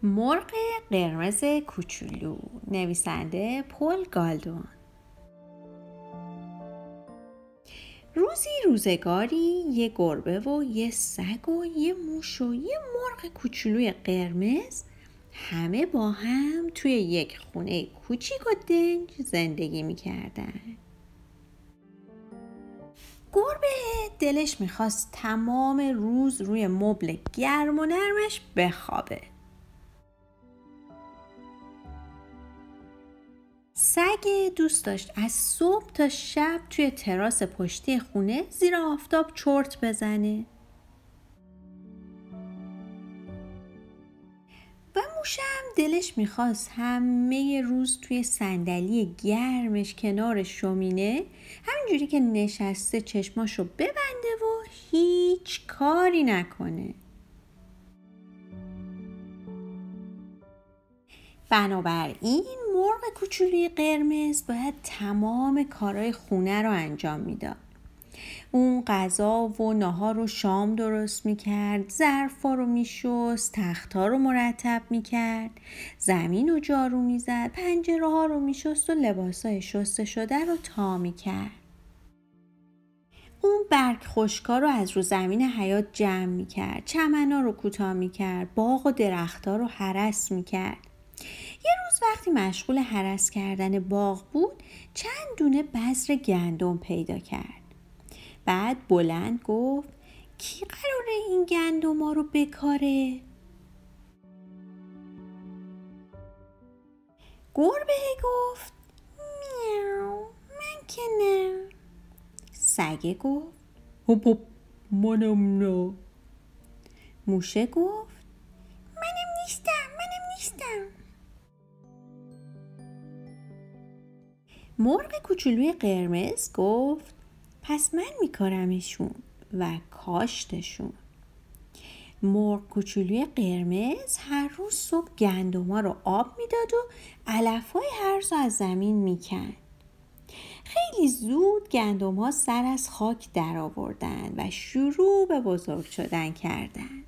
مرغ قرمز کوچولو، نویسنده پل گالدون. روزگاری یه گربه و یه سگ و یه موش و یه مرغ کوچولوی قرمز همه با هم توی یک خونه کوچیک و دنج زندگی میکردن. گربه دلش میخواست تمام روز روی مبل گرم و نرمش بخوابه. سگ دوست داشت از صبح تا شب توی تراس پشتی خونه زیر آفتاب چرت بزنه. و موشم دلش میخواست همه روز توی صندلی گرمش کنار شومینه همینجوری که نشسته چشماشو ببنده و هیچ کاری نکنه. بنابراین مرغ کوچولوی قرمز باید تمام کارهای خونه رو انجام میداد. اون غذا و ناهار و شام درست میکرد، ظرفا رو میشست، تخت‌ها رو مرتب میکرد، زمین رو جارو میزد، پنجره ها رو میشست و لباسای شسته شده رو تا میکرد. اون برگ خشکا رو از رو زمین حیاط جمع میکرد، چمنا رو کوتاه میکرد، باغ و درخت‌ها رو هرس میکرد. یه روز وقتی مشغول هرس کردن باغ بود چند دونه بذر گندم پیدا کرد. بعد بلند گفت کی قراره این گندما رو بکاره؟ گربه گفت میاو، من که نه. سگ گفت هپ هپ، منم نه. موشه گفت منم نیستم. مرغ کوچولوی قرمز گفت پس من میکارمشون و کاشتشون. مرغ کوچولوی قرمز هر روز صبح گندما رو آب میداد و علف‌های هرز رو از زمین میکند. خیلی زود گندم‌ها سر از خاک در آوردن و شروع به بزرگ شدن کردن.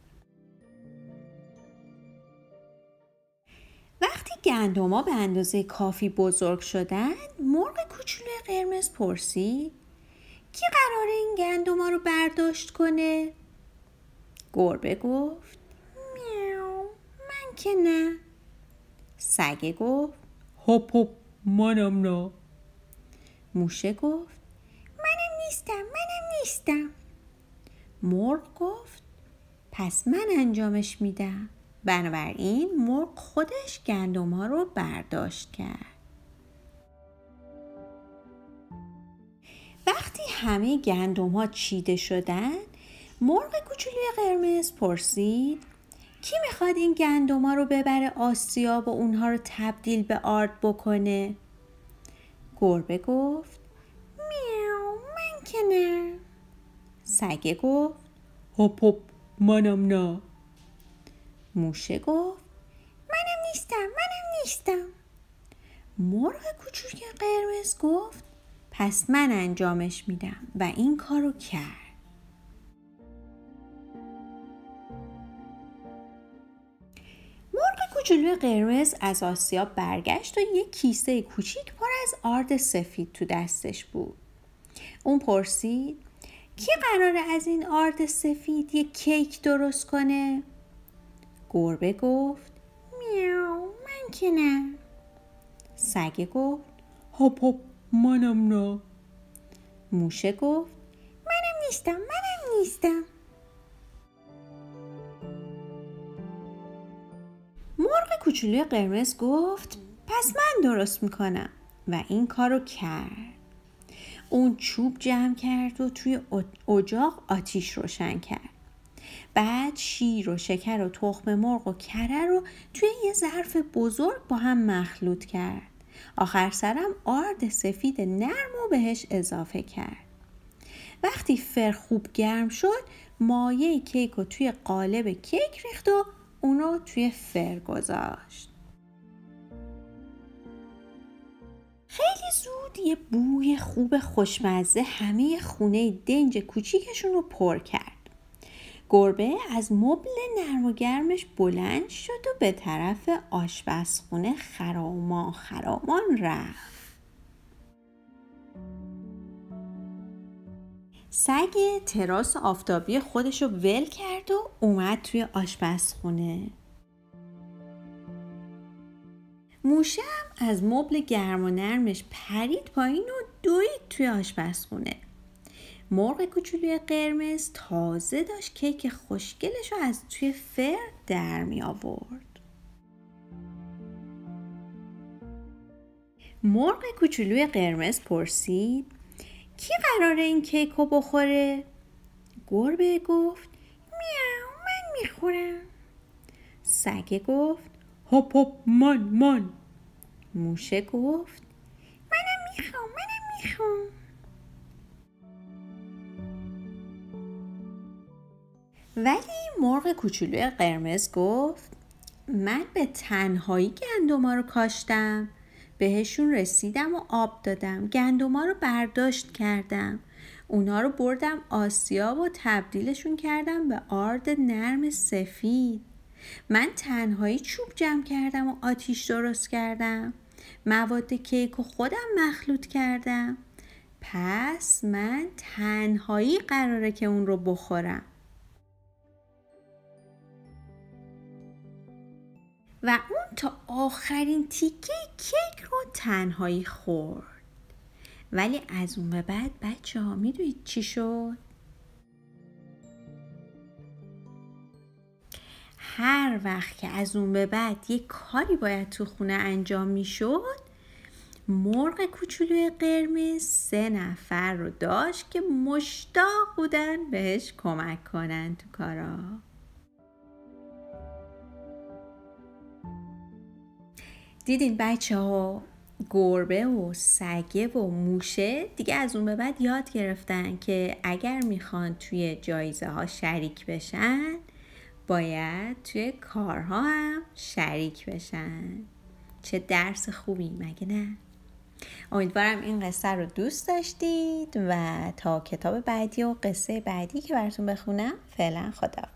وقتی گندم‌ها به اندازه کافی بزرگ شدن، مرغ کوچولوی قرمز پرسید کی قراره این گندم‌ها رو برداشت کنه؟ گربه گفت میاو، من که نه. سگ گفت هپ هپ، منم نه. موشه گفت منم نیستم. مرغ گفت پس من انجامش میدم. بنابراین مرغ خودش گندم‌ها رو برداشت کرد. وقتی همه گندم‌ها چیده شدن، مرغ کوچولوی قرمز پرسید کی میخواد این گندم‌ها رو ببره آسیاب و اونها رو تبدیل به آرد بکنه؟ گربه گفت میاو، من که نه. سگ گفت هپ هپ، منم نه. موشه گفت منم نیستم. مرغ کوچولوی قرمز گفت پس من انجامش میدم و این کارو کرد. مرغ کوچولوی قرمز از آسیاب برگشت و یک کیسه کوچیک پر از آرد سفید تو دستش بود. اون پرسید کی قراره از این آرد سفید یک کیک درست کنه؟ گربه گفت میاو، من که نه. سگ گفت هپ هپ، منم نه. موشه گفت منم نیستم. مرغ کوچولوی قرمز گفت پس من درست میکنم و این کارو کرد. اون چوب جمع کرد و توی اجاق آتیش روشن کرد. بعد شیر و شکر و تخم مرغ و کره رو توی یه ظرف بزرگ با هم مخلوط کرد. آخر سرم آرد سفید نرم و بهش اضافه کرد. وقتی فر خوب گرم شد مایه کیک رو توی قالب کیک ریخت و اونو توی فر گذاشت. خیلی زود یه بوی خوب خوشمزه همه خونه دنج کوچیکشون رو پر کرد. گربه از مبل نرم و گرمش بلند شد و به طرف آشپزخونه خرامان رفت. سگ تراس آفتابی خودشو ول کرد و اومد توی آشپزخونه. موشه هم از مبل گرم و نرمش پرید پایین و دوید توی آشپزخونه. مرغ کوچولوی قرمز تازه داشت کیک خوشگلش رو از توی فرن در می آورد. مرغ کوچولوی قرمز پرسید کی قراره این کیک رو بخوره؟ گربه گفت میاو، من میخورم. سگ گفت هاپ هاپ، من. موشه گفت منم میخوام. ولی مرغ کوچولوی قرمز گفت من به تنهایی گندما رو کاشتم، بهشون رسیدم و آب دادم، گندما رو برداشت کردم، اونا رو بردم آسیا و تبدیلشون کردم به آرد نرم سفید. من تنهایی چوب جمع کردم و آتیش درست کردم، مواد کیک رو خودم مخلوط کردم، پس من تنهایی قراره که اون رو بخورم. و اون تا آخرین تیکه کیک رو تنهایی خورد. ولی از اون به بعد بچه ها میدونید چی شد؟ هر وقت که از اون به بعد یک کاری باید تو خونه انجام میشد، مرغ کوچولوی قرمز 3 نفر رو داشت که مشتاق بودن بهش کمک کنن تو کارا. دیدین بچه ها، گربه و سگه و موشه دیگه از اون به بعد یاد گرفتن که اگر میخوان توی جایزه ها شریک بشن باید توی کارها هم شریک بشن. چه درس خوبی، مگه نه؟ امیدوارم این قصه رو دوست داشتید و تا کتاب بعدی و قصه بعدی که براتون بخونم فعلا خدا.